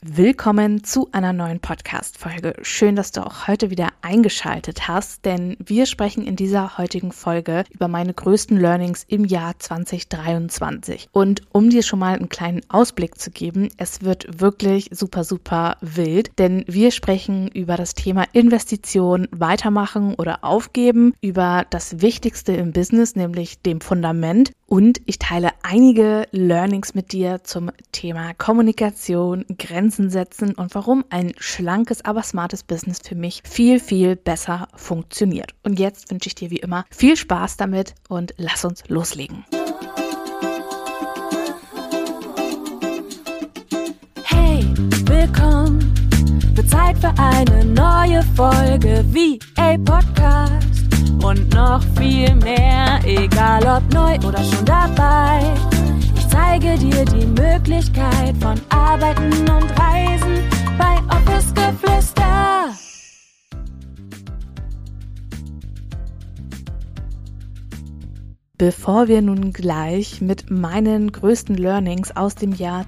Willkommen zu einer neuen Podcast-Folge. Schön, dass du auch heute wieder eingeschaltet hast, denn wir sprechen in dieser heutigen Folge über meine größten Learnings im Jahr 2023. Und um dir schon mal einen kleinen Ausblick zu geben, es wird wirklich super, super wild, denn wir sprechen über das Thema Investition, weitermachen oder aufgeben, über das Wichtigste im Business, nämlich dem Fundament. Und ich teile einige Learnings mit dir zum Thema Kommunikation, Grenzen setzen und warum ein schlankes, aber smartes Business für mich viel, viel besser funktioniert. Und jetzt wünsche ich dir wie immer viel Spaß damit und lass uns loslegen. Hey, willkommen, wird Zeit für eine neue Folge VA Podcast. Und noch viel mehr, egal ob neu oder schon dabei. Ich zeige dir die Möglichkeit von Arbeiten und Reisen bei Office Geflüster. Bevor wir nun gleich mit meinen größten Learnings aus dem Jahr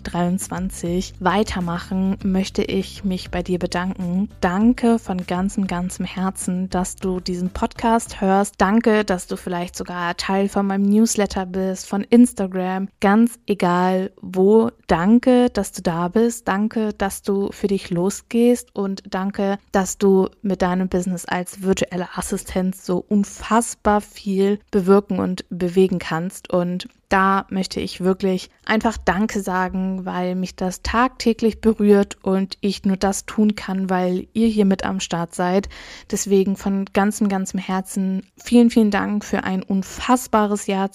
2023 weitermachen, möchte ich mich bei dir bedanken. Danke von ganzem Herzen, dass du diesen Podcast hörst. Danke, dass du vielleicht sogar Teil von meinem Newsletter bist, von Instagram. Ganz egal wo. Danke, dass du da bist. Danke, dass du für dich losgehst. Und danke, dass du mit deinem Business als virtuelle Assistenz so unfassbar viel bewirken und bewegen kannst. Und da möchte ich wirklich einfach Danke sagen, weil mich das tagtäglich berührt und ich nur das tun kann, weil ihr hier mit am Start seid. Deswegen von ganzem Herzen vielen, vielen Dank für ein unfassbares Jahr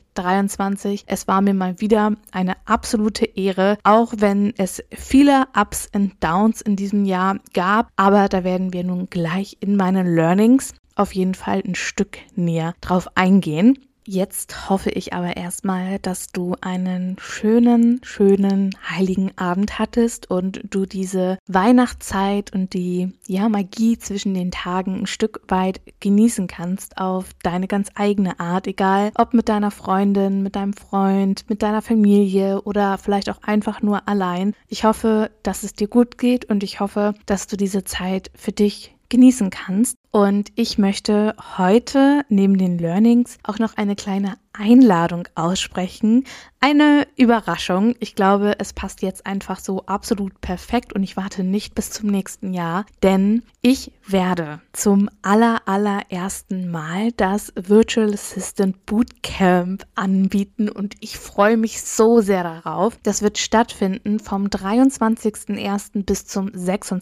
2023. Es war mir mal wieder eine absolute Ehre, auch wenn es viele Ups und Downs in diesem Jahr gab. Aber da werden wir nun gleich in meinen Learnings auf jeden Fall ein Stück näher drauf eingehen. Jetzt hoffe ich aber erstmal, dass du einen schönen, heiligen Abend hattest und du diese Weihnachtszeit und die Magie zwischen den Tagen ein Stück weit genießen kannst auf deine ganz eigene Art, egal ob mit deiner Freundin, mit deinem Freund, mit deiner Familie oder vielleicht auch einfach nur allein. Ich hoffe, dass es dir gut geht und ich hoffe, dass du diese Zeit für dich genießen kannst. Und ich möchte heute neben den Learnings auch noch eine kleine Einladung aussprechen. Eine Überraschung. Ich glaube, es passt jetzt einfach so absolut perfekt und ich warte nicht bis zum nächsten Jahr, denn ich werde zum allerersten Mal das Virtual Assistant Bootcamp anbieten und ich freue mich so sehr darauf. Das wird stattfinden vom 23.01. bis zum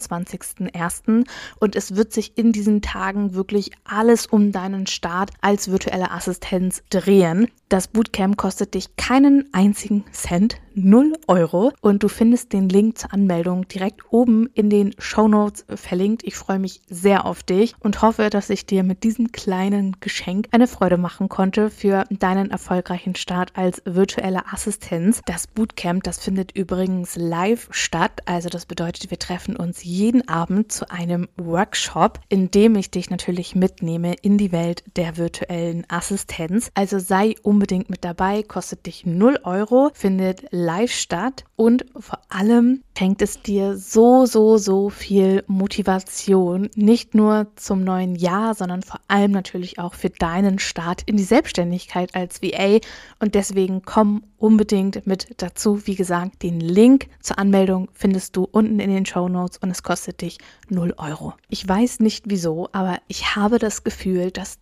26.01. und es wird sich in diesen Tagen wirklich alles um deinen Start als virtuelle Assistenz drehen. Das Bootcamp kostet dich keinen einzigen Cent, 0 Euro und du findest den Link zur Anmeldung direkt oben in den Shownotes verlinkt. Ich freue mich sehr auf dich und hoffe, dass ich dir mit diesem kleinen Geschenk eine Freude machen konnte für deinen erfolgreichen Start als virtuelle Assistenz. Das Bootcamp, das findet übrigens live statt, also das bedeutet, wir treffen uns jeden Abend zu einem Workshop, in dem ich dich natürlich mitnehme in die Welt der virtuellen Assistenz. Also sei unbedingt mit dabei, kostet dich 0 Euro, findet live statt und vor allem schenkt es dir so viel Motivation, nicht nur zum neuen Jahr, sondern vor allem natürlich auch für deinen Start in die Selbstständigkeit als VA und deswegen komm unbedingt mit dazu. Wie gesagt, den Link zur Anmeldung findest du unten in den Shownotes und es kostet dich 0 Euro. Ich weiß nicht wieso, aber ich habe das Gefühl, dass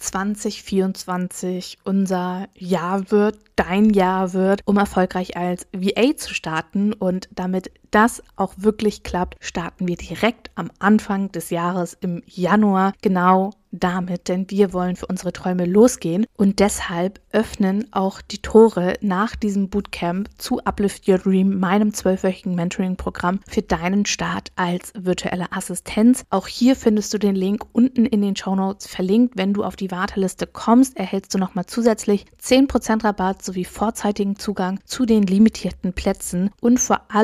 2024 unser Jahr wird, dein Jahr wird, um erfolgreich als VA zu starten und damit das auch wirklich klappt, starten wir direkt am Anfang des Jahres im Januar genau damit, denn wir wollen für unsere Träume losgehen und deshalb öffnen auch die Tore nach diesem Bootcamp zu Uplift Your Dream, meinem 12-wöchigen Mentoring-Programm für deinen Start als virtuelle Assistenz. Auch hier findest du den Link unten in den Shownotes verlinkt. Wenn du auf die Warteliste kommst, erhältst du nochmal zusätzlich 10% Rabatt sowie vorzeitigen Zugang zu den limitierten Plätzen und vor allem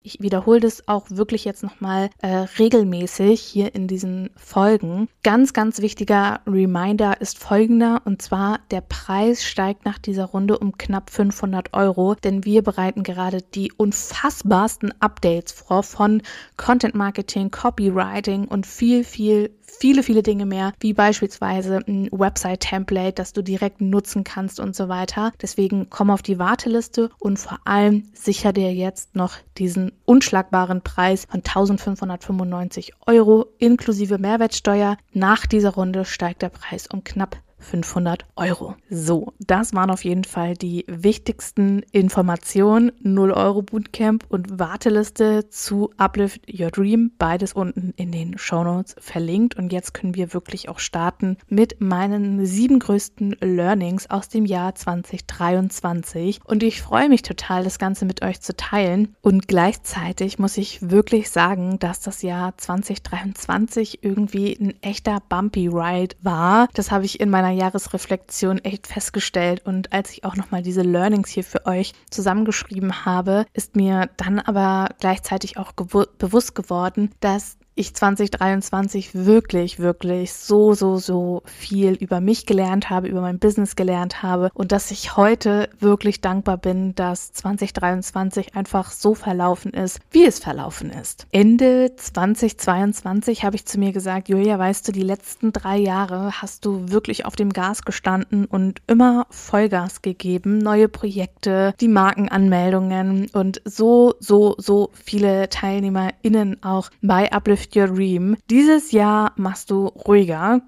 ich wiederhole das auch wirklich jetzt nochmal regelmäßig hier in diesen Folgen. Ganz, ganz wichtiger Reminder ist folgender, und zwar der Preis steigt nach dieser Runde um knapp 500 €, denn wir bereiten gerade die unfassbarsten Updates vor von Content Marketing, Copywriting und viele Dinge mehr, wie beispielsweise ein Website-Template, das du direkt nutzen kannst und so weiter. Deswegen komm auf die Warteliste und vor allem sicher dir jetzt noch diesen unschlagbaren Preis von 1.595 € inklusive Mehrwertsteuer. Nach dieser Runde steigt der Preis um knapp 500 €. So, das waren auf jeden Fall die wichtigsten Informationen. 0 € Bootcamp und Warteliste zu Uplift Your Dream. Beides unten in den Shownotes verlinkt. Und jetzt können wir wirklich auch starten mit meinen 7 größten Learnings aus dem Jahr 2023. Und ich freue mich total, das Ganze mit euch zu teilen. Und gleichzeitig muss ich wirklich sagen, dass das Jahr 2023 irgendwie ein echter Bumpy Ride war. Das habe ich in meiner Jahresreflexion echt festgestellt, und als ich auch nochmal diese Learnings hier für euch zusammengeschrieben habe, ist mir dann aber gleichzeitig auch bewusst geworden, dass ich 2023 wirklich so viel über mich gelernt habe, über mein Business gelernt habe, und dass ich heute wirklich dankbar bin, dass 2023 einfach so verlaufen ist, wie es verlaufen ist. Ende 2022 habe ich zu mir gesagt, Julia, weißt du, die letzten 3 Jahre hast du wirklich auf dem Gas gestanden und immer Vollgas gegeben, neue Projekte, die Markenanmeldungen und so viele TeilnehmerInnen auch bei Uplift Your Dream. Dieses Jahr machst du ruhiger.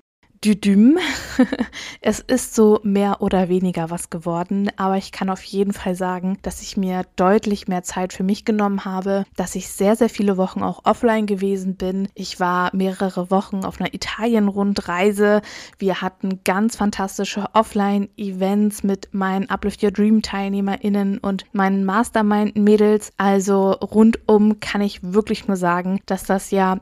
Es ist so mehr oder weniger was geworden, aber ich kann auf jeden Fall sagen, dass ich mir deutlich mehr Zeit für mich genommen habe, dass ich sehr viele Wochen auch offline gewesen bin. Ich war mehrere Wochen auf einer Italien-Rundreise. Wir hatten ganz fantastische Offline-Events mit meinen Uplift Your Dream TeilnehmerInnen und meinen Mastermind-Mädels. Also rundum kann ich wirklich nur sagen, dass das Jahr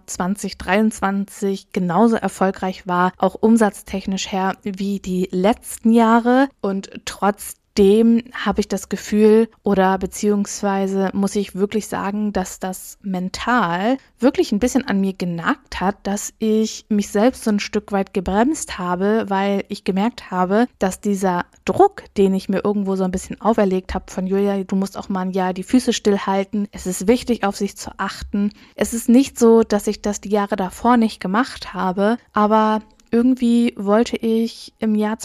2023 genauso erfolgreich war, auch umsatztechnisch her, wie die letzten Jahre, und trotzdem habe ich das Gefühl, oder beziehungsweise muss ich wirklich sagen, dass das mental wirklich ein bisschen an mir genagt hat, dass ich mich selbst so ein Stück weit gebremst habe, weil ich gemerkt habe, dass dieser Druck, den ich mir irgendwo so ein bisschen auferlegt habe von Julia, du musst auch mal ein Jahr die Füße stillhalten, es ist wichtig, auf sich zu achten. Es ist nicht so, dass ich das die Jahre davor nicht gemacht habe, aber irgendwie wollte ich im Jahr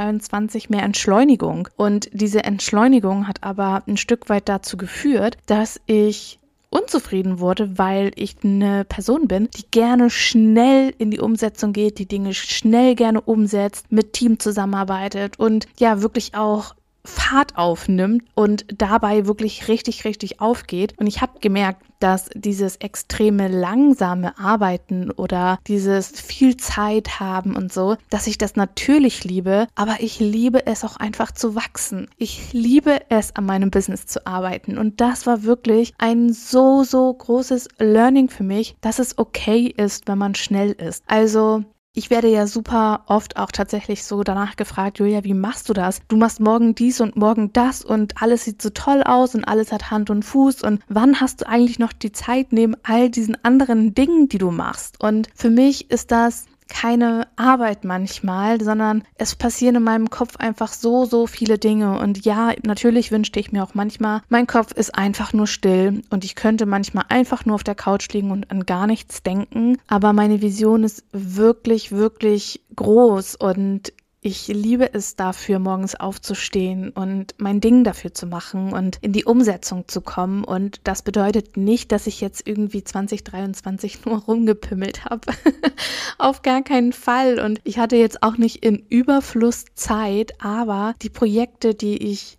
2023 mehr Entschleunigung, und diese Entschleunigung hat aber ein Stück weit dazu geführt, dass ich unzufrieden wurde, weil ich eine Person bin, die gerne schnell in die Umsetzung geht, die Dinge schnell gerne umsetzt, mit Team zusammenarbeitet und ja wirklich auch Fahrt aufnimmt und dabei wirklich richtig aufgeht. Und ich habe gemerkt, dass dieses extreme langsame Arbeiten oder dieses viel Zeit haben und so, dass ich das natürlich liebe, aber ich liebe es auch einfach zu wachsen. Ich liebe es, an meinem Business zu arbeiten, und das war wirklich ein so großes Learning für mich, dass es okay ist, wenn man schnell ist. Also ich werde ja super oft auch tatsächlich so danach gefragt, Julia, wie machst du das? Du machst morgen dies und morgen das und alles sieht so toll aus und alles hat Hand und Fuß, und wann hast du eigentlich noch die Zeit neben all diesen anderen Dingen, die du machst? Und für mich ist das keine Arbeit manchmal, sondern es passieren in meinem Kopf einfach so viele Dinge. Und ja, natürlich wünschte ich mir auch manchmal, mein Kopf ist einfach nur still und ich könnte manchmal einfach nur auf der Couch liegen und an gar nichts denken. Aber meine Vision ist wirklich groß, und ich liebe es dafür, morgens aufzustehen und mein Ding dafür zu machen und in die Umsetzung zu kommen. Und das bedeutet nicht, dass ich jetzt irgendwie 2023 nur rumgepimmelt habe. Auf gar keinen Fall. Und ich hatte jetzt auch nicht in Überfluss Zeit, aber die Projekte, die ich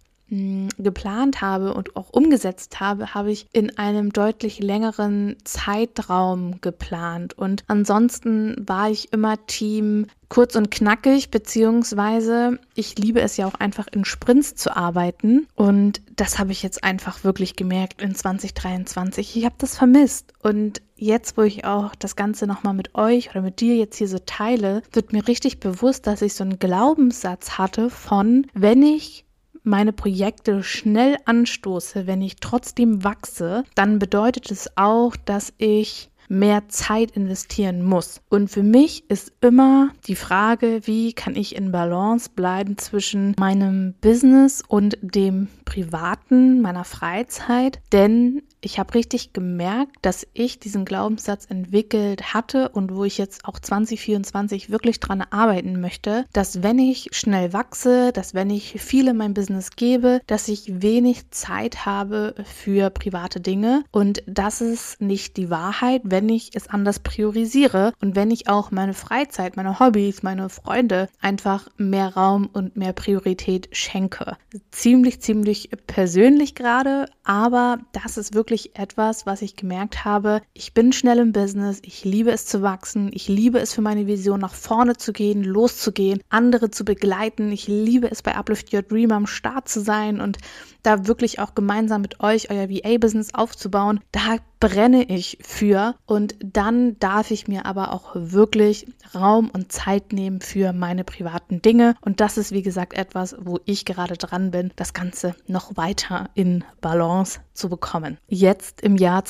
geplant habe und auch umgesetzt habe, habe ich in einem deutlich längeren Zeitraum geplant. Und ansonsten war ich immer Team kurz und knackig, beziehungsweise ich liebe es ja auch einfach in Sprints zu arbeiten. Und das habe ich jetzt einfach wirklich gemerkt in 2023. Ich habe das vermisst. Und jetzt, wo ich auch das Ganze nochmal mit euch oder mit dir jetzt hier so teile, wird mir richtig bewusst, dass ich so einen Glaubenssatz hatte von, wenn ich meine Projekte schnell anstoße, wenn ich trotzdem wachse, dann bedeutet es auch, dass ich mehr Zeit investieren muss. Und für mich ist immer die Frage, wie kann ich in Balance bleiben zwischen meinem Business und dem Privaten, meiner Freizeit, denn ich habe richtig gemerkt, dass ich diesen Glaubenssatz entwickelt hatte und wo ich jetzt auch 2024 wirklich dran arbeiten möchte, dass wenn ich schnell wachse, dass wenn ich viel in mein Business gebe, dass ich wenig Zeit habe für private Dinge, und das ist nicht die Wahrheit, wenn ich es anders priorisiere und wenn ich auch meine Freizeit, meine Hobbys, meine Freunde einfach mehr Raum und mehr Priorität schenke. Ziemlich persönlich gerade, aber das ist wirklich etwas, was ich gemerkt habe. Ich bin schnell im Business, ich liebe es zu wachsen, ich liebe es für meine Vision nach vorne zu gehen, loszugehen, andere zu begleiten. Ich liebe es bei Uplift Your Dream am Start zu sein und da wirklich auch gemeinsam mit euch euer VA-Business aufzubauen. Da brenne ich für, und dann darf ich mir aber auch wirklich Raum und Zeit nehmen für meine privaten Dinge, und das ist wie gesagt etwas, wo ich gerade dran bin, das Ganze noch weiter in Balance zu bekommen. Jetzt im Jahr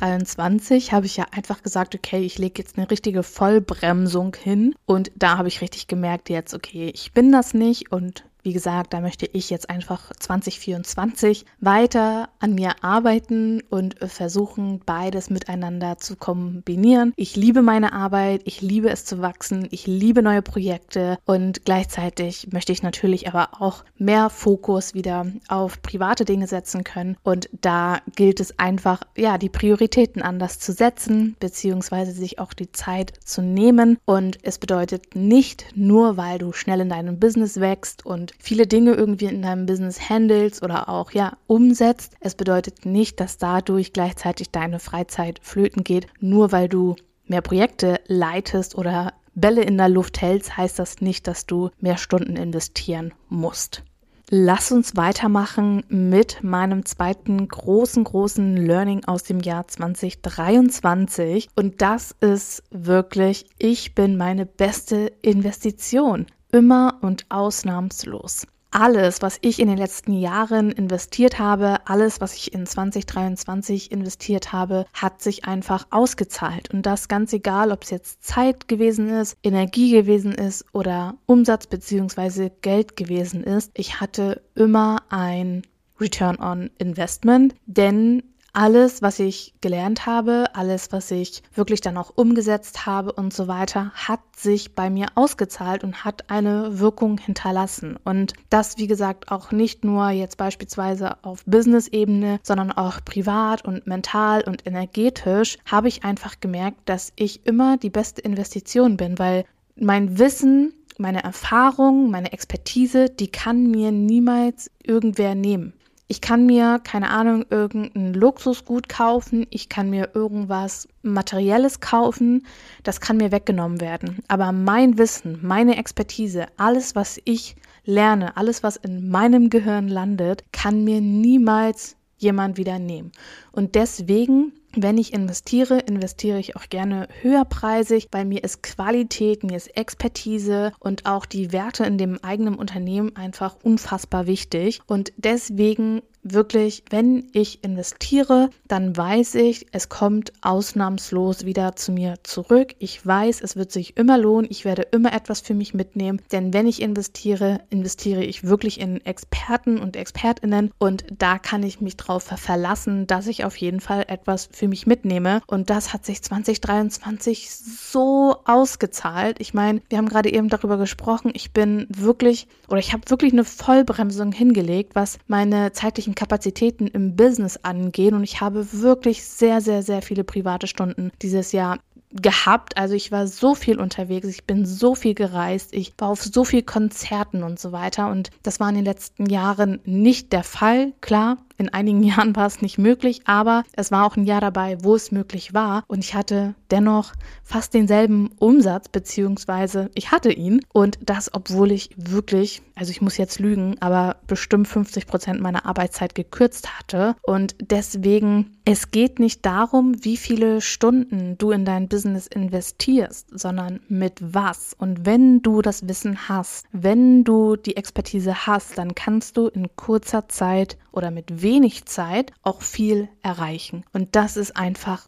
2023 habe ich ja einfach gesagt, okay, ich lege jetzt eine richtige Vollbremsung hin, und da habe ich richtig gemerkt jetzt, okay, ich bin das nicht, und wie gesagt, da möchte ich jetzt einfach 2024 weiter an mir arbeiten und versuchen, beides miteinander zu kombinieren. Ich liebe meine Arbeit, ich liebe es zu wachsen, ich liebe neue Projekte, und gleichzeitig möchte ich natürlich aber auch mehr Fokus wieder auf private Dinge setzen können, und da gilt es einfach, ja, die Prioritäten anders zu setzen, beziehungsweise sich auch die Zeit zu nehmen, und es bedeutet nicht nur, weil du schnell in deinem Business wächst und viele Dinge irgendwie in deinem Business handelst oder auch umsetzt. Es bedeutet nicht, dass dadurch gleichzeitig deine Freizeit flöten geht. Nur weil du mehr Projekte leitest oder Bälle in der Luft hältst, heißt das nicht, dass du mehr Stunden investieren musst. Lass uns weitermachen mit meinem zweiten großen Learning aus dem Jahr 2023. Und das ist wirklich, ich bin meine beste Investition. Immer und ausnahmslos. Alles, was ich in den letzten Jahren investiert habe, alles, was ich in 2023 investiert habe, hat sich einfach ausgezahlt. Und das ganz egal, ob es jetzt Zeit gewesen ist, Energie gewesen ist oder Umsatz bzw. Geld gewesen ist. Ich hatte immer ein Return on Investment, denn alles, was ich gelernt habe, alles, was ich wirklich dann auch umgesetzt habe und so weiter, hat sich bei mir ausgezahlt und hat eine Wirkung hinterlassen. Und das, wie gesagt, auch nicht nur jetzt beispielsweise auf Business-Ebene, sondern auch privat und mental und energetisch habe ich einfach gemerkt, dass ich immer die beste Investition bin, weil mein Wissen, meine Erfahrung, meine Expertise, die kann mir niemals irgendwer nehmen. Ich kann mir, keine Ahnung, irgendein Luxusgut kaufen, ich kann mir irgendwas Materielles kaufen, das kann mir weggenommen werden. Aber mein Wissen, meine Expertise, alles, was ich lerne, alles, was in meinem Gehirn landet, kann mir niemals jemand wieder nehmen. Und deswegen, wenn ich investiere ich auch gerne höherpreisig, weil mir ist Qualität, mir ist Expertise und auch die Werte in dem eigenen Unternehmen einfach unfassbar wichtig. Und deswegen wirklich, wenn ich investiere, dann weiß ich, es kommt ausnahmslos wieder zu mir zurück. Ich weiß, es wird sich immer lohnen. Ich werde immer etwas für mich mitnehmen, denn wenn ich investiere ich wirklich in Experten und ExpertInnen, und da kann ich mich drauf verlassen, dass ich auf jeden Fall etwas für mich mitnehme, und das hat sich 2023 so ausgezahlt. Ich meine, wir haben gerade eben darüber gesprochen, ich habe wirklich eine Vollbremsung hingelegt, was meine zeitlichen Kapazitäten im Business angehen, und ich habe wirklich sehr viele private Stunden dieses Jahr gehabt. Also ich war so viel unterwegs, ich bin so viel gereist, ich war auf so viel Konzerten und so weiter, und das war in den letzten Jahren nicht der Fall. Klar, In einigen Jahren war es nicht möglich, aber es war auch ein Jahr dabei, wo es möglich war und ich hatte dennoch fast denselben Umsatz, beziehungsweise ich hatte ihn und das, obwohl ich wirklich, also ich muss jetzt lügen, aber bestimmt 50% meiner Arbeitszeit gekürzt hatte und deswegen, es geht nicht darum, wie viele Stunden du in dein Business investierst, sondern mit was. Und wenn du das Wissen hast, wenn du die Expertise hast, dann kannst du in kurzer Zeit oder mit wenig Zeit auch viel erreichen. Und das ist einfach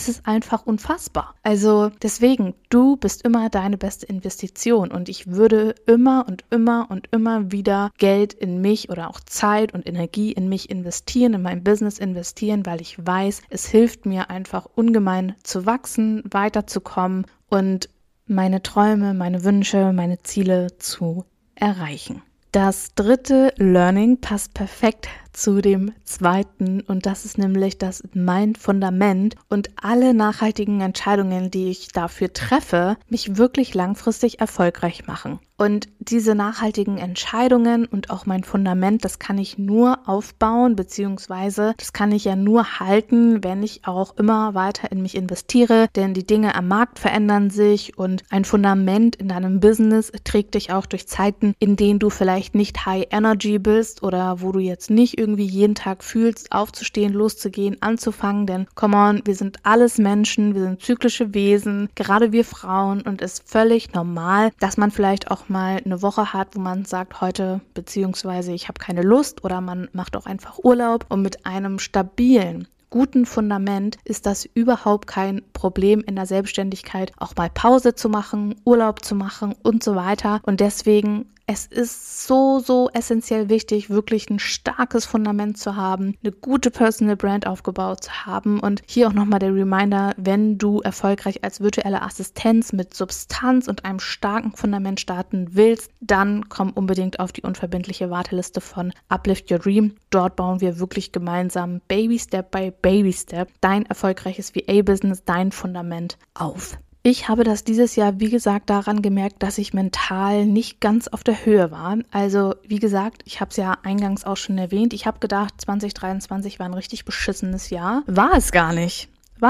unfassbar. Also deswegen, du bist immer deine beste Investition und ich würde immer und immer und immer wieder Geld in mich oder auch Zeit und Energie in mich investieren, in mein Business investieren, weil ich weiß, es hilft mir einfach ungemein zu wachsen, weiterzukommen und meine Träume, meine Wünsche, meine Ziele zu erreichen. Das dritte Learning passt perfekt zu dem zweiten und das ist nämlich, dass mein Fundament und alle nachhaltigen Entscheidungen, die ich dafür treffe, mich wirklich langfristig erfolgreich machen. Und diese nachhaltigen Entscheidungen und auch mein Fundament, das kann ich nur aufbauen, beziehungsweise das kann ich ja nur halten, wenn ich auch immer weiter in mich investiere, denn die Dinge am Markt verändern sich und ein Fundament in deinem Business trägt dich auch durch Zeiten, in denen du vielleicht nicht High Energy bist oder wo du jetzt nicht irgendwie jeden Tag fühlst, aufzustehen, loszugehen, anzufangen, denn come on, wir sind alles Menschen, wir sind zyklische Wesen, gerade wir Frauen und es ist völlig normal, dass man vielleicht auch mal eine Woche hat, wo man sagt, heute beziehungsweise ich habe keine Lust oder man macht auch einfach Urlaub und mit einem stabilen, guten Fundament ist das überhaupt kein Problem in der Selbstständigkeit, auch mal Pause zu machen, Urlaub zu machen und so weiter und deswegen es ist so essentiell wichtig, wirklich ein starkes Fundament zu haben, eine gute Personal Brand aufgebaut zu haben. Und hier auch nochmal der Reminder, wenn du erfolgreich als virtuelle Assistenz mit Substanz und einem starken Fundament starten willst, dann komm unbedingt auf die unverbindliche Warteliste von Uplift Your Dream. Dort bauen wir wirklich gemeinsam Baby Step by Baby Step dein erfolgreiches VA-Business, dein Fundament auf. Ich habe das dieses Jahr, wie gesagt, daran gemerkt, dass ich mental nicht ganz auf der Höhe war. Also, wie gesagt, ich habe es ja eingangs auch schon erwähnt. Ich habe gedacht, 2023 war ein richtig beschissenes Jahr. War es gar nicht.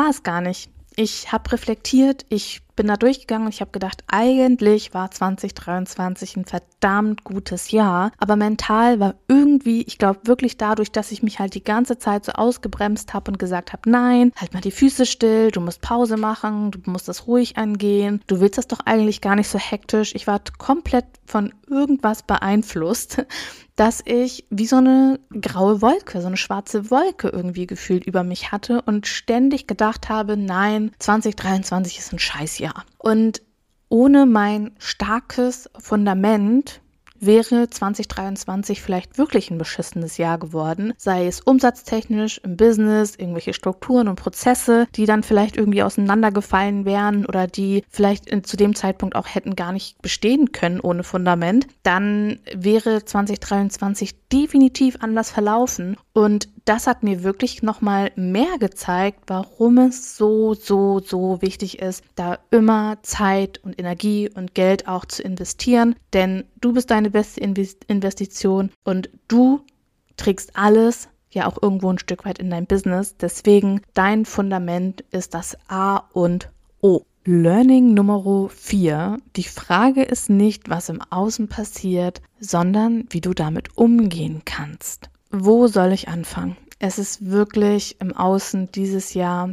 Ich habe reflektiert, ich bin da durchgegangen und ich habe gedacht, eigentlich war 2023 ein verdammt gutes Jahr, aber mental war irgendwie, ich glaube wirklich dadurch, dass ich mich halt die ganze Zeit so ausgebremst habe und gesagt habe, nein, halt mal die Füße still, du musst Pause machen, du musst das ruhig angehen, du willst das doch eigentlich gar nicht so hektisch. Ich war komplett von irgendwas beeinflusst, dass ich wie so eine graue Wolke, so eine schwarze Wolke irgendwie gefühlt über mich hatte und ständig gedacht habe, nein, 2023 ist ein Scheißjahr. Und ohne mein starkes Fundament wäre 2023 vielleicht wirklich ein beschissenes Jahr geworden, sei es umsatztechnisch, im Business, irgendwelche Strukturen und Prozesse, die dann vielleicht irgendwie auseinandergefallen wären oder die vielleicht zu dem Zeitpunkt auch hätten gar nicht bestehen können ohne Fundament, dann wäre 2023 definitiv anders verlaufen und das hat mir wirklich nochmal mehr gezeigt, warum es so wichtig ist, da immer Zeit und Energie und Geld auch zu investieren, denn du bist deine beste Investition und du trägst alles ja auch irgendwo ein Stück weit in dein Business. Deswegen, dein Fundament ist das A und O. Learning Nummer 4. Die Frage ist nicht, was im Außen passiert, sondern wie du damit umgehen kannst. Wo soll ich anfangen? Es ist wirklich im Außen dieses Jahr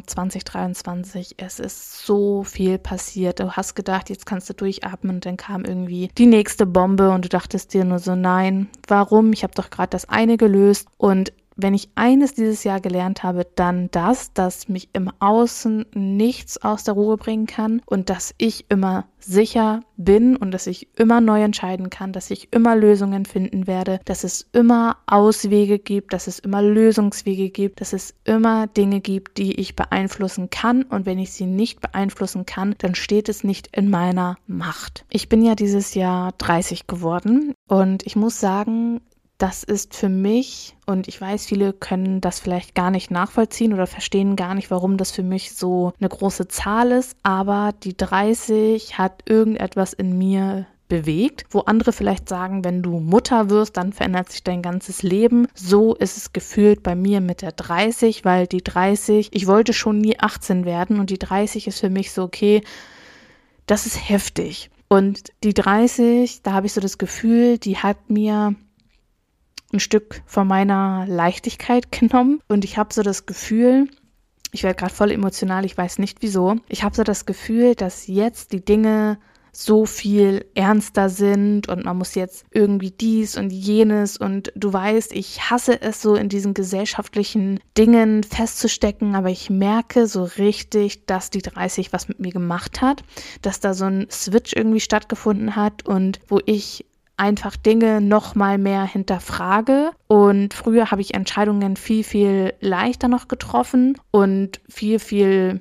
2023, es ist so viel passiert. Du hast gedacht, jetzt kannst du durchatmen und dann kam irgendwie die nächste Bombe und du dachtest dir nur so, nein, warum? Ich habe doch gerade das eine gelöst und wenn ich eines dieses Jahr gelernt habe, dann das, dass mich im Außen nichts aus der Ruhe bringen kann und dass ich immer sicher bin und dass ich immer neu entscheiden kann, dass ich immer Lösungen finden werde, dass es immer Auswege gibt, dass es immer Lösungswege gibt, dass es immer Dinge gibt, die ich beeinflussen kann und wenn ich sie nicht beeinflussen kann, dann steht es nicht in meiner Macht. Ich bin ja dieses Jahr 30 geworden und ich muss sagen, das ist für mich, und ich weiß, viele können das vielleicht gar nicht nachvollziehen oder verstehen gar nicht, warum das für mich so eine große Zahl ist, aber die 30 hat irgendetwas in mir bewegt, wo andere vielleicht sagen, wenn du Mutter wirst, dann verändert sich dein ganzes Leben. So ist es gefühlt bei mir mit der 30, weil die 30, ich wollte schon nie 18 werden und die 30 ist für mich so, okay, das ist heftig. Und die 30, da habe ich so das Gefühl, die hat mir ein Stück von meiner Leichtigkeit genommen und ich habe so das Gefühl, ich werde gerade voll emotional, ich weiß nicht wieso, ich habe so das Gefühl, dass jetzt die Dinge so viel ernster sind und man muss jetzt irgendwie dies und jenes und du weißt, ich hasse es so in diesen gesellschaftlichen Dingen festzustecken, aber ich merke so richtig, dass die 30 was mit mir gemacht hat, dass da so ein Switch irgendwie stattgefunden hat und wo ich einfach Dinge noch mal mehr hinterfrage und früher habe ich Entscheidungen viel, viel leichter noch getroffen und viel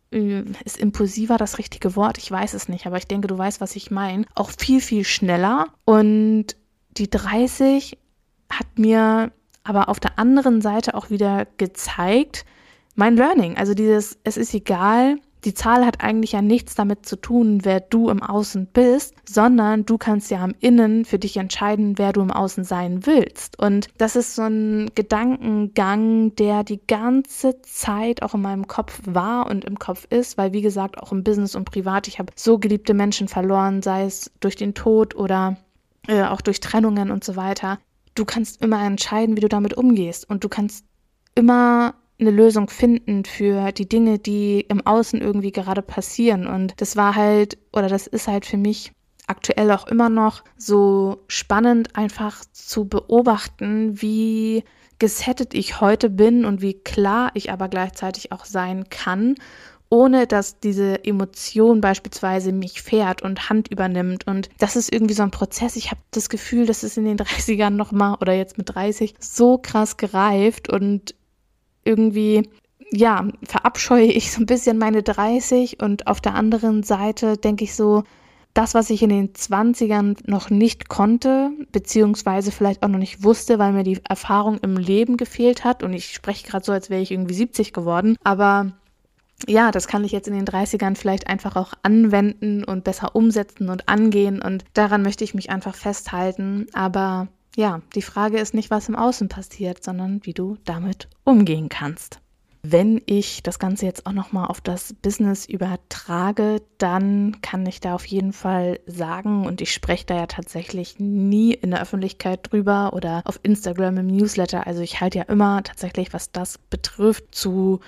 ist impulsiver das richtige Wort? Ich weiß es nicht, aber ich denke, du weißt, was ich meine. Auch viel, viel schneller. Und die 30 hat mir aber auf der anderen Seite auch wieder gezeigt, mein Learning. Also dieses, es ist egal, die Zahl hat eigentlich ja nichts damit zu tun, wer du im Außen bist, sondern du kannst ja im Innen für dich entscheiden, wer du im Außen sein willst. Und das ist so ein Gedankengang, der die ganze Zeit auch in meinem Kopf war und im Kopf ist, weil wie gesagt, auch im Business und privat, ich habe so geliebte Menschen verloren, sei es durch den Tod oder auch durch Trennungen und so weiter. Du kannst immer entscheiden, wie du damit umgehst und du kannst immer eine Lösung finden für die Dinge, die im Außen irgendwie gerade passieren. Und das war halt, oder das ist halt für mich aktuell auch immer noch so spannend, einfach zu beobachten, wie gesettet ich heute bin und wie klar ich aber gleichzeitig auch sein kann, ohne dass diese Emotion beispielsweise mich fährt und Hand übernimmt. Und das ist irgendwie so ein Prozess. Ich habe das Gefühl, dass es in den 30ern nochmal oder jetzt mit 30 so krass gereift und irgendwie, ja, verabscheue ich so ein bisschen meine 30 und auf der anderen Seite denke ich so, das, was ich in den 20ern noch nicht konnte, beziehungsweise vielleicht auch noch nicht wusste, weil mir die Erfahrung im Leben gefehlt hat und ich spreche gerade so, als wäre ich irgendwie 70 geworden, aber ja, das kann ich jetzt in den 30ern vielleicht einfach auch anwenden und besser umsetzen und angehen und daran möchte ich mich einfach festhalten, aber ja, die Frage ist nicht, was im Außen passiert, sondern wie du damit umgehen kannst. Wenn ich das Ganze jetzt auch nochmal auf das Business übertrage, dann kann ich da auf jeden Fall sagen, und ich spreche da ja tatsächlich nie in der Öffentlichkeit drüber oder auf Instagram im Newsletter, also ich halte ja immer tatsächlich, was das betrifft, zu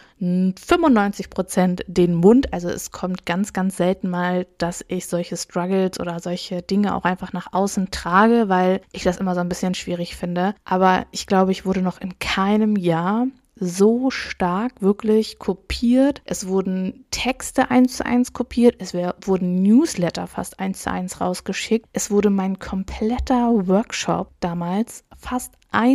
95% den Mund, also es kommt ganz, ganz selten mal, dass ich solche Struggles oder solche Dinge auch einfach nach außen trage, weil ich das immer so ein bisschen schwierig finde, aber ich glaube, ich wurde noch in keinem Jahr so stark wirklich kopiert. Es wurden Texte 1:1 kopiert, wurden Newsletter fast 1:1 rausgeschickt. Es wurde mein kompletter Workshop damals fast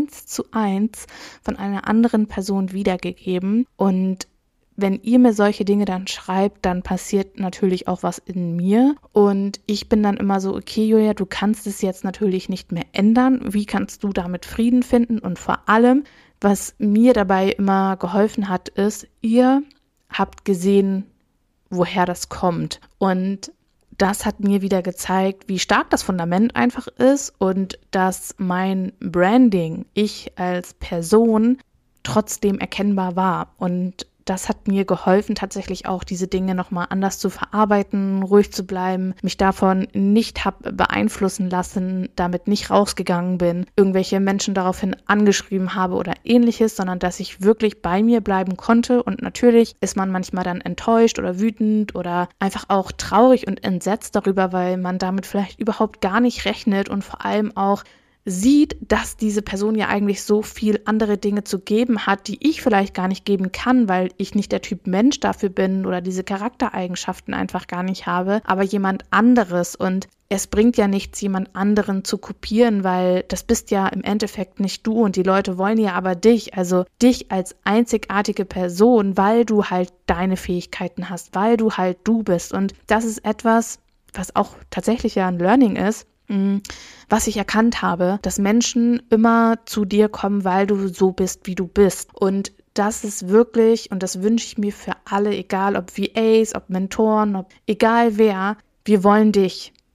1:1 von einer anderen Person wiedergegeben. Und wenn ihr mir solche Dinge dann schreibt, dann passiert natürlich auch was in mir. Und ich bin dann immer so, okay, Julia, du kannst es jetzt natürlich nicht mehr ändern. Wie kannst du damit Frieden finden? Und vor allem, was mir dabei immer geholfen hat, ist, ihr habt gesehen, woher das kommt. Und das hat mir wieder gezeigt, wie stark das Fundament einfach ist und dass mein Branding, ich als Person, trotzdem erkennbar war. Und das hat mir geholfen, tatsächlich auch diese Dinge nochmal anders zu verarbeiten, ruhig zu bleiben, mich davon nicht habe beeinflussen lassen, damit nicht rausgegangen bin, irgendwelche Menschen daraufhin angeschrieben habe oder ähnliches, sondern dass ich wirklich bei mir bleiben konnte. Und natürlich ist man manchmal dann enttäuscht oder wütend oder einfach auch traurig und entsetzt darüber, weil man damit vielleicht überhaupt gar nicht rechnet und vor allem auch sieht, dass diese Person ja eigentlich so viel andere Dinge zu geben hat, die ich vielleicht gar nicht geben kann, weil ich nicht der Typ Mensch dafür bin oder diese Charaktereigenschaften einfach gar nicht habe, aber jemand anderes. Und es bringt ja nichts, jemand anderen zu kopieren, weil das bist ja im Endeffekt nicht du und die Leute wollen ja aber dich, also dich als einzigartige Person, weil du halt deine Fähigkeiten hast, weil du halt du bist. Und das ist etwas, was auch tatsächlich ja ein Learning ist, was ich erkannt habe, dass Menschen immer zu dir kommen, weil du so bist, wie du bist. Und das ist wirklich, und das wünsche ich mir für alle, egal ob VAs, ob Mentoren, ob egal wer, wir wollen dich.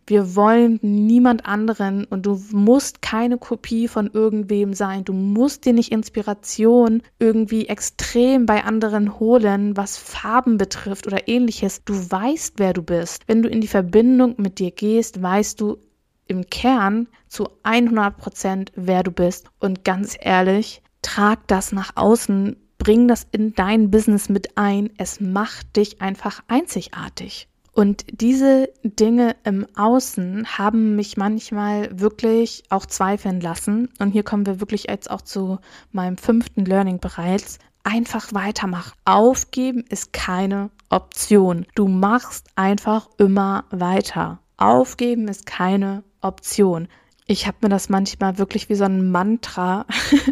Wir wollen niemand anderen und du musst keine Kopie von irgendwem sein. Du musst dir nicht Inspiration irgendwie extrem bei anderen holen, was Farben betrifft oder ähnliches. Du weißt, wer du bist. Wenn du in die Verbindung mit dir gehst, weißt du im Kern zu 100%, wer du bist. Und ganz ehrlich, trag das nach außen, bring das in dein Business mit ein. Es macht dich einfach einzigartig. Und diese Dinge im Außen haben mich manchmal wirklich auch zweifeln lassen. Und hier kommen wir wirklich jetzt auch zu meinem 5. Learning bereits. Einfach weitermachen. Aufgeben ist keine Option. Du machst einfach immer weiter. Aufgeben ist keine Option. Ich habe mir das manchmal wirklich wie so ein Mantra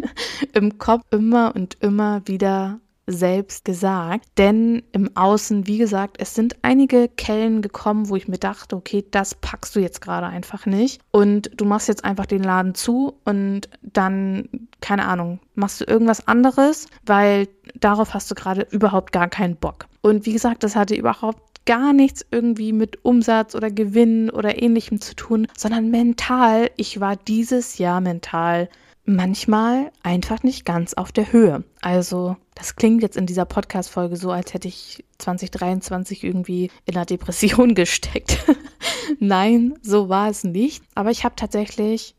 im Kopf immer und immer wieder selbst gesagt, denn im Außen, wie gesagt, es sind einige Kellen gekommen, wo ich mir dachte, okay, das packst du jetzt gerade einfach nicht und du machst jetzt einfach den Laden zu und dann, keine Ahnung, machst du irgendwas anderes, weil darauf hast du gerade überhaupt gar keinen Bock. Und wie gesagt, das hatte überhaupt gar nichts irgendwie mit Umsatz oder Gewinn oder Ähnlichem zu tun, sondern mental. Ich war dieses Jahr mental manchmal einfach nicht ganz auf der Höhe. Also das klingt jetzt in dieser Podcast-Folge so, als hätte ich 2023 irgendwie in einer Depression gesteckt. Nein, so war es nicht. Aber ich habe tatsächlich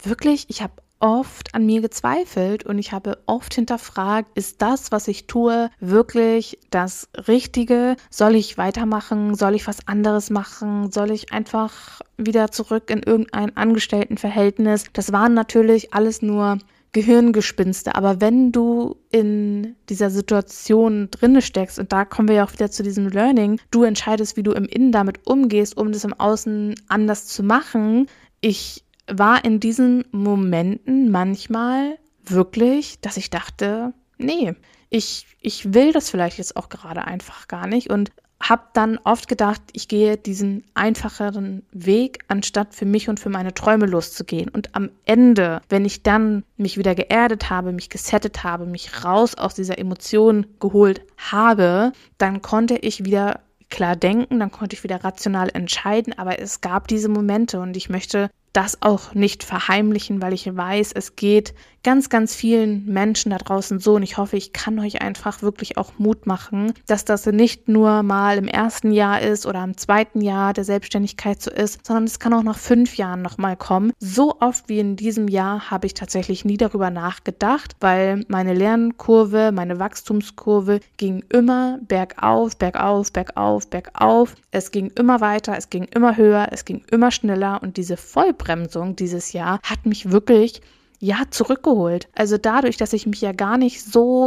ich habe oft an mir gezweifelt und ich habe oft hinterfragt, ist das, was ich tue, wirklich das Richtige? Soll ich weitermachen? Soll ich was anderes machen? Soll ich einfach wieder zurück in irgendein Angestelltenverhältnis? Das waren natürlich alles nur Gehirngespinste, aber wenn du in dieser Situation drinne steckst, und da kommen wir ja auch wieder zu diesem Learning, du entscheidest, wie du im Innen damit umgehst, um das im Außen anders zu machen. Ich war in diesen Momenten manchmal wirklich, dass ich dachte, nee, ich will das vielleicht jetzt auch gerade einfach gar nicht und habe dann oft gedacht, ich gehe diesen einfacheren Weg, anstatt für mich und für meine Träume loszugehen. Und am Ende, wenn ich dann mich wieder geerdet habe, mich gesettet habe, mich raus aus dieser Emotion geholt habe, dann konnte ich wieder klar denken, dann konnte ich wieder rational entscheiden, aber es gab diese Momente und ich möchte das auch nicht verheimlichen, weil ich weiß, es geht ganz, ganz vielen Menschen da draußen so und ich hoffe, ich kann euch einfach wirklich auch Mut machen, dass das nicht nur mal im 1. Jahr ist oder im 2. Jahr der Selbstständigkeit so ist, sondern es kann auch nach 5 Jahren nochmal kommen. So oft wie in diesem Jahr habe ich tatsächlich nie darüber nachgedacht, weil meine Lernkurve, meine Wachstumskurve ging immer bergauf, bergauf, bergauf, bergauf. Es ging immer weiter, es ging immer höher, es ging immer schneller und diese Vollbremsung dieses Jahr hat mich wirklich zurückgeholt. Also dadurch, dass ich mich ja gar nicht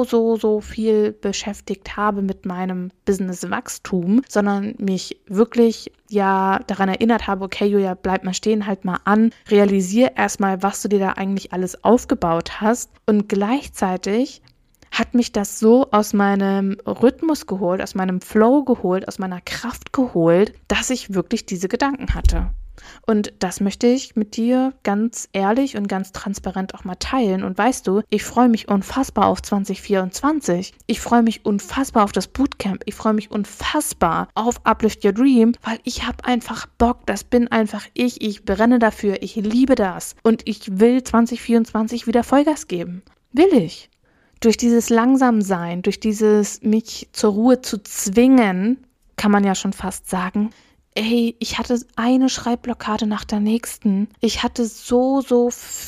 so viel beschäftigt habe mit meinem Business-Wachstum, sondern mich wirklich daran erinnert habe, okay, Julia, bleib mal stehen, halt mal an, realisier erstmal, was du dir da eigentlich alles aufgebaut hast und gleichzeitig hat mich das so aus meinem Rhythmus geholt, aus meinem Flow geholt, aus meiner Kraft geholt, dass ich wirklich diese Gedanken hatte. Und das möchte ich mit dir ganz ehrlich und ganz transparent auch mal teilen. Und weißt du, ich freue mich unfassbar auf 2024. Ich freue mich unfassbar auf das Bootcamp. Ich freue mich unfassbar auf Uplift Your Dream, weil ich habe einfach Bock. Das bin einfach ich. Ich brenne dafür. Ich liebe das. Und ich will 2024 wieder Vollgas geben. Will ich. Durch dieses Langsamsein, durch dieses mich zur Ruhe zu zwingen, kann man ja schon fast sagen, ich hatte eine Schreibblockade nach der nächsten. Ich hatte so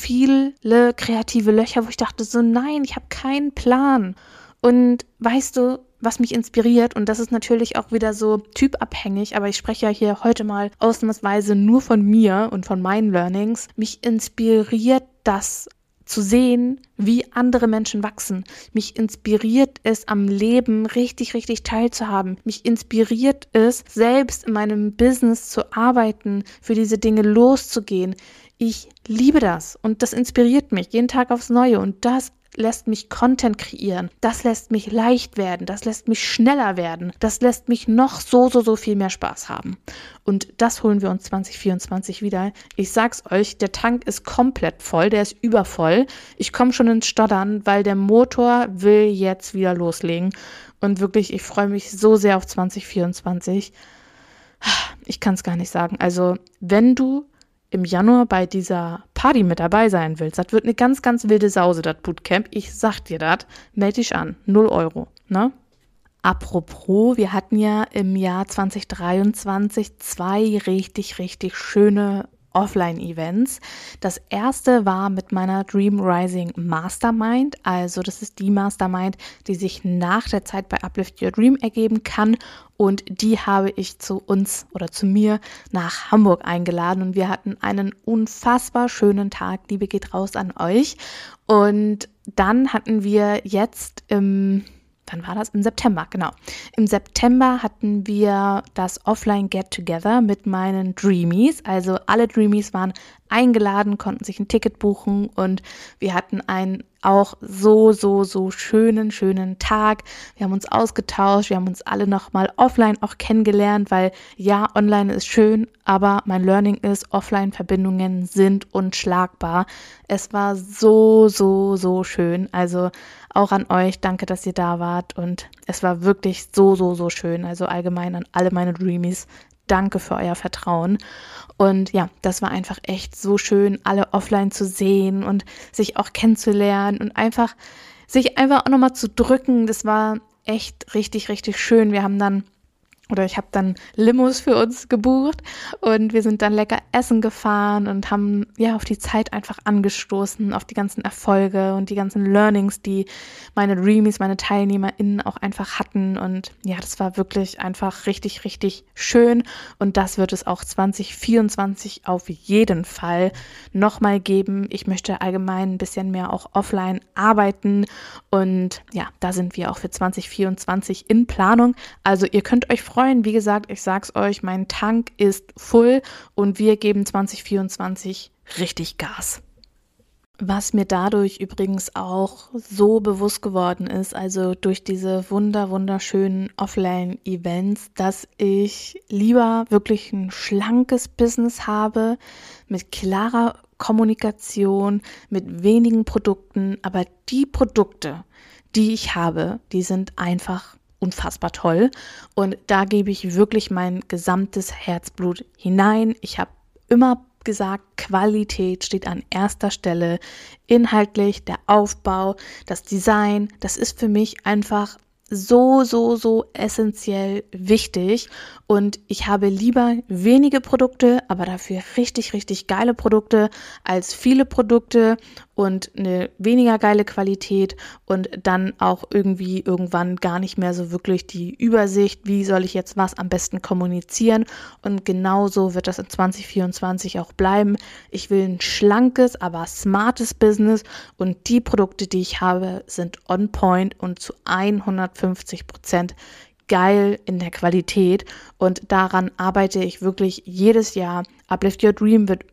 viele kreative Löcher, wo ich dachte so, nein, ich habe keinen Plan. Und weißt du, was mich inspiriert? Und das ist natürlich auch wieder so typabhängig, aber ich spreche ja hier heute mal ausnahmsweise nur von mir und von meinen Learnings. Mich inspiriert das zu sehen, wie andere Menschen wachsen. Mich inspiriert es, am Leben richtig teilzuhaben. Mich inspiriert es, selbst in meinem Business zu arbeiten, für diese Dinge loszugehen. Ich liebe das und das inspiriert mich jeden Tag aufs Neue und das lässt mich Content kreieren. Das lässt mich leicht werden. Das lässt mich schneller werden. Das lässt mich noch so viel mehr Spaß haben. Und das holen wir uns 2024 wieder. Ich sag's euch, der Tank ist komplett voll. Der ist übervoll. Ich komme schon ins Stottern, weil der Motor will jetzt wieder loslegen. Und wirklich, ich freue mich so sehr auf 2024. ich kann es gar nicht sagen. Also wenn du im Januar bei dieser Party mit dabei sein willst, das wird eine ganz, ganz wilde Sause, das Bootcamp. Ich sag dir das, melde dich an, 0 Euro, ne? Apropos, wir hatten ja im Jahr 2023 2 richtig, richtig schöne Offline-Events. Das erste war mit meiner Dream Rising Mastermind. Also das ist die Mastermind, die sich nach der Zeit bei Uplift Your Dream ergeben kann. Und die habe ich zu uns oder zu mir nach Hamburg eingeladen. Und wir hatten einen unfassbar schönen Tag. Liebe geht raus an euch. Und dann hatten wir jetzt wann war das? Im September, genau. Im September hatten wir das Offline Get-Together mit meinen Dreamies. Also alle Dreamies waren eingeladen, konnten sich ein Ticket buchen und wir hatten einen auch so schönen Tag. Wir haben uns ausgetauscht, wir haben uns alle nochmal offline auch kennengelernt, weil ja, online ist schön, aber mein Learning ist, Offline-Verbindungen sind unschlagbar. Es war so schön. Also auch an euch, danke, dass ihr da wart und es war wirklich so schön. Also allgemein an alle meine Dreamies, danke für euer Vertrauen. Und ja, das war einfach echt so schön, alle offline zu sehen und sich auch kennenzulernen und sich einfach auch nochmal zu drücken. Das war echt richtig schön. Ich habe dann Limos für uns gebucht und wir sind dann lecker essen gefahren und haben ja auf die Zeit einfach angestoßen, auf die ganzen Erfolge und die ganzen Learnings, die meine Dreamies, meine TeilnehmerInnen auch einfach hatten. Und ja, das war wirklich einfach richtig schön und das wird es auch 2024 auf jeden Fall nochmal geben. Ich möchte allgemein ein bisschen mehr auch offline arbeiten und ja, da sind wir auch für 2024 in Planung. Also ihr könnt euch freuen. Wie gesagt, ich sag's euch, mein Tank ist voll und wir geben 2024 richtig Gas. Was mir dadurch übrigens auch so bewusst geworden ist, also durch diese wunderschönen Offline-Events, dass ich lieber wirklich ein schlankes Business habe, mit klarer Kommunikation, mit wenigen Produkten, aber die Produkte, die ich habe, die sind einfach unfassbar toll und da gebe ich wirklich mein gesamtes Herzblut hinein. Ich habe immer gesagt, Qualität steht an erster Stelle, inhaltlich, der Aufbau, das Design, das ist für mich einfach so essentiell wichtig und ich habe lieber wenige Produkte, aber dafür richtig geile Produkte als viele Produkte und eine weniger geile Qualität und dann auch irgendwann gar nicht mehr so wirklich die Übersicht, wie soll ich jetzt was am besten kommunizieren und genauso wird das in 2024 auch bleiben. Ich will ein schlankes, aber smartes Business und die Produkte, die ich habe, sind on point und zu 150% geil in der Qualität und daran arbeite ich wirklich jedes Jahr. Uplift Your Dream wird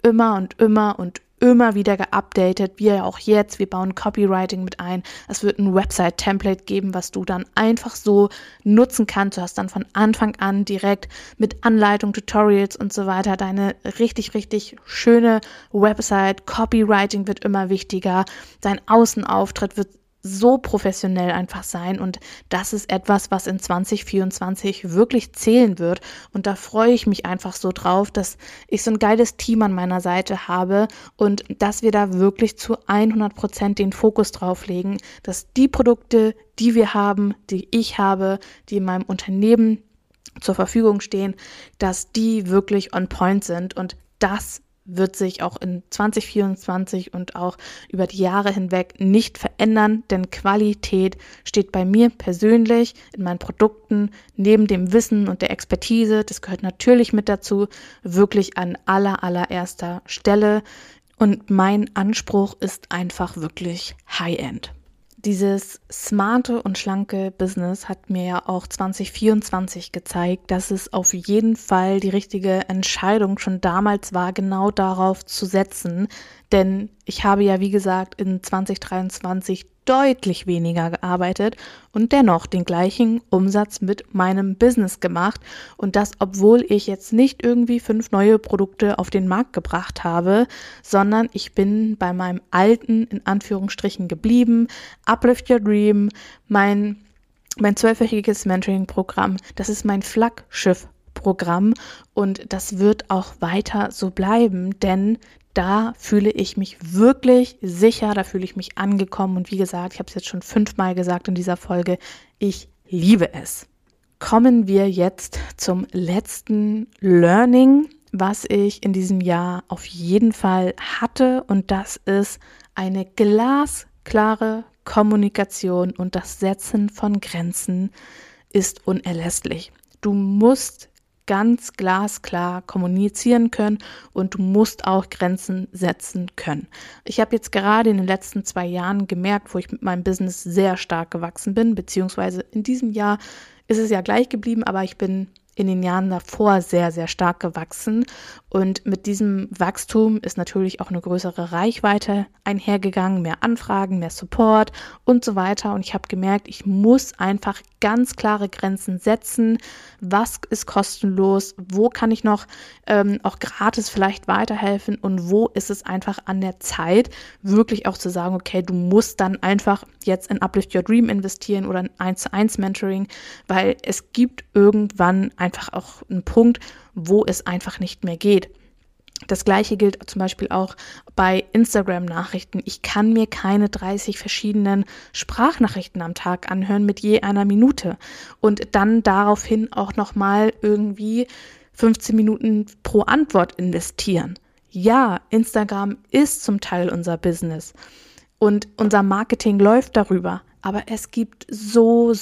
immer wieder geupdatet, wie ja auch jetzt. Wir bauen Copywriting mit ein. Es wird ein Website-Template geben, was du dann einfach so nutzen kannst. Du hast dann von Anfang an direkt mit Anleitung, Tutorials und so weiter deine richtig schöne Website. Copywriting wird immer wichtiger. Dein Außenauftritt wird so professionell einfach sein und das ist etwas, was in 2024 wirklich zählen wird und da freue ich mich einfach so drauf, dass ich so ein geiles Team an meiner Seite habe und dass wir da wirklich zu 100% den Fokus drauf legen, dass die Produkte, die wir haben, die ich habe, die in meinem Unternehmen zur Verfügung stehen, dass die wirklich on point sind und das wird sich auch in 2024 und auch über die Jahre hinweg nicht verändern, denn Qualität steht bei mir persönlich in meinen Produkten neben dem Wissen und der Expertise, das gehört natürlich mit dazu, wirklich an allererster Stelle und mein Anspruch ist einfach wirklich High-End. Dieses smarte und schlanke Business hat mir ja auch 2024 gezeigt, dass es auf jeden Fall die richtige Entscheidung schon damals war, genau darauf zu setzen. Denn ich habe ja, wie gesagt, in 2023 deutlich weniger gearbeitet und dennoch den gleichen Umsatz mit meinem Business gemacht. Und das, obwohl ich jetzt nicht irgendwie 5 neue Produkte auf den Markt gebracht habe, sondern ich bin bei meinem alten, in Anführungsstrichen, geblieben. Uplift Your Dream, mein 12-wöchiges Mentoring-Programm, das ist mein Flaggschiff Programm und das wird auch weiter so bleiben, denn da fühle ich mich wirklich sicher, da fühle ich mich angekommen und wie gesagt, ich habe es jetzt schon 5-mal gesagt in dieser Folge, ich liebe es. Kommen wir jetzt zum letzten Learning, was ich in diesem Jahr auf jeden Fall hatte und das ist eine glasklare Kommunikation und das Setzen von Grenzen ist unerlässlich. Du musst ganz glasklar kommunizieren können und du musst auch Grenzen setzen können. Ich habe jetzt gerade in den letzten 2 Jahren gemerkt, wo ich mit meinem Business sehr stark gewachsen bin, beziehungsweise in diesem Jahr ist es ja gleich geblieben, aber ich bin in den Jahren davor sehr, sehr stark gewachsen und mit diesem Wachstum ist natürlich auch eine größere Reichweite einhergegangen, mehr Anfragen, mehr Support und so weiter und ich habe gemerkt, ich muss einfach ganz klare Grenzen setzen, was ist kostenlos, wo kann ich noch auch gratis vielleicht weiterhelfen und wo ist es einfach an der Zeit, wirklich auch zu sagen, okay, du musst dann einfach jetzt in Uplift Your Dream investieren oder ein 1:1 Mentoring, weil es gibt irgendwann einfach auch einen Punkt, wo es einfach nicht mehr geht. Das Gleiche gilt zum Beispiel auch bei Instagram-Nachrichten. Ich kann mir keine 30 verschiedenen Sprachnachrichten am Tag anhören mit je einer Minute und dann daraufhin auch nochmal irgendwie 15 Minuten pro Antwort investieren. Ja, Instagram ist zum Teil unser Business und unser Marketing läuft darüber, aber es gibt so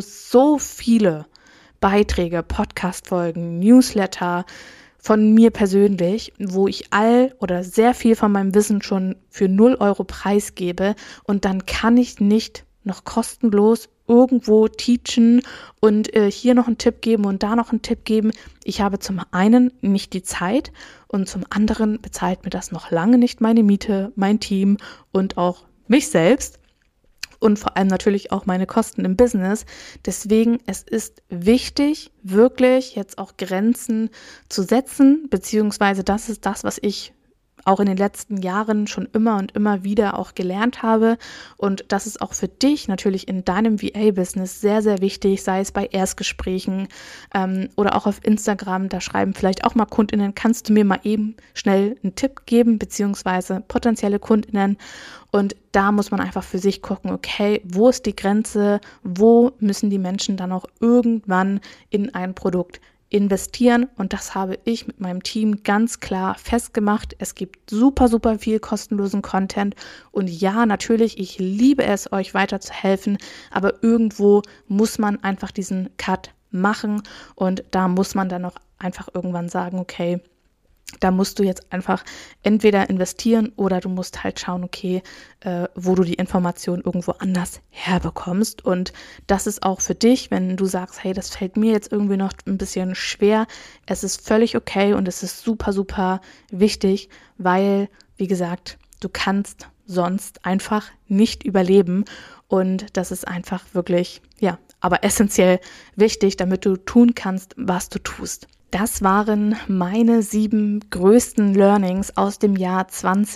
viele Beiträge, Podcast-Folgen, Newsletter von mir persönlich, wo ich all oder sehr viel von meinem Wissen schon für 0 € preisgebe und dann kann ich nicht noch kostenlos irgendwo teachen und hier noch einen Tipp geben und da noch einen Tipp geben. Ich habe zum einen nicht die Zeit und zum anderen bezahlt mir das noch lange nicht meine Miete, mein Team und auch mich selbst. Und vor allem natürlich auch meine Kosten im Business. Deswegen, es ist wichtig, wirklich jetzt auch Grenzen zu setzen, beziehungsweise das ist das, was ich auch in den letzten Jahren schon immer und immer wieder auch gelernt habe. Und das ist auch für dich natürlich in deinem VA-Business sehr, sehr wichtig, sei es bei Erstgesprächen oder auch auf Instagram. Da schreiben vielleicht auch mal KundInnen, kannst du mir mal eben schnell einen Tipp geben, beziehungsweise potenzielle KundInnen. Und da muss man einfach für sich gucken, okay, wo ist die Grenze, wo müssen die Menschen dann auch irgendwann in ein Produkt investieren und das habe ich mit meinem Team ganz klar festgemacht. Es gibt super viel kostenlosen Content und ja, natürlich, ich liebe es, euch weiterzuhelfen, aber irgendwo muss man einfach diesen Cut machen und da muss man dann auch einfach irgendwann sagen, okay, da musst du jetzt einfach entweder investieren oder du musst halt schauen, okay, wo du die Information irgendwo anders herbekommst. Und das ist auch für dich, wenn du sagst, hey, das fällt mir jetzt irgendwie noch ein bisschen schwer. Es ist völlig okay und es ist super wichtig, weil, wie gesagt, du kannst sonst einfach nicht überleben. Und das ist einfach wirklich, ja, aber essentiell wichtig, damit du tun kannst, was du tust. Das waren meine 7 größten Learnings aus dem Jahr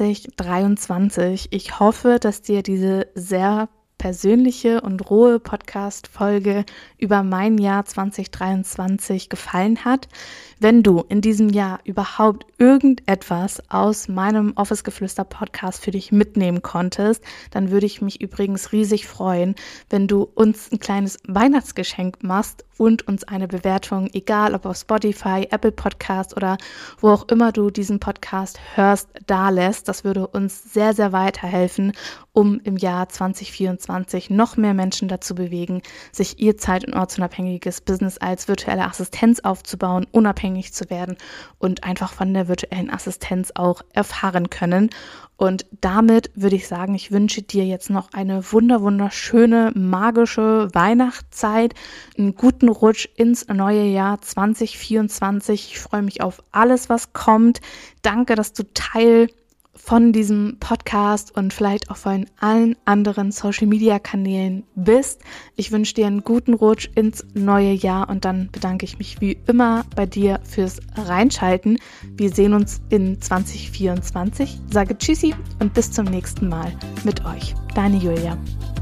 2023. Ich hoffe, dass dir diese sehr persönliche und rohe Podcast-Folge über mein Jahr 2023 gefallen hat. Wenn du in diesem Jahr überhaupt irgendetwas aus meinem Office-Geflüster-Podcast für dich mitnehmen konntest, dann würde ich mich übrigens riesig freuen, wenn du uns ein kleines Weihnachtsgeschenk machst und uns eine Bewertung, egal ob auf Spotify, Apple Podcast oder wo auch immer du diesen Podcast hörst, da lässt. Das würde uns sehr, sehr weiterhelfen, um im Jahr 2024 noch mehr Menschen dazu bewegen, sich ihr zeit- und ortsunabhängiges Business als virtuelle Assistenz aufzubauen, unabhängig zu werden und einfach von der virtuellen Assistenz auch erfahren können. Und damit würde ich sagen, ich wünsche dir jetzt noch eine wunderschöne, magische Weihnachtszeit, einen guten Rutsch ins neue Jahr 2024. Ich freue mich auf alles, was kommt. Danke, dass du Teil von diesem Podcast und vielleicht auch von allen anderen Social-Media-Kanälen bist. Ich wünsche dir einen guten Rutsch ins neue Jahr und dann bedanke ich mich wie immer bei dir fürs Reinschalten. Wir sehen uns in 2024. Sage Tschüssi und bis zum nächsten Mal mit euch. Deine Julia.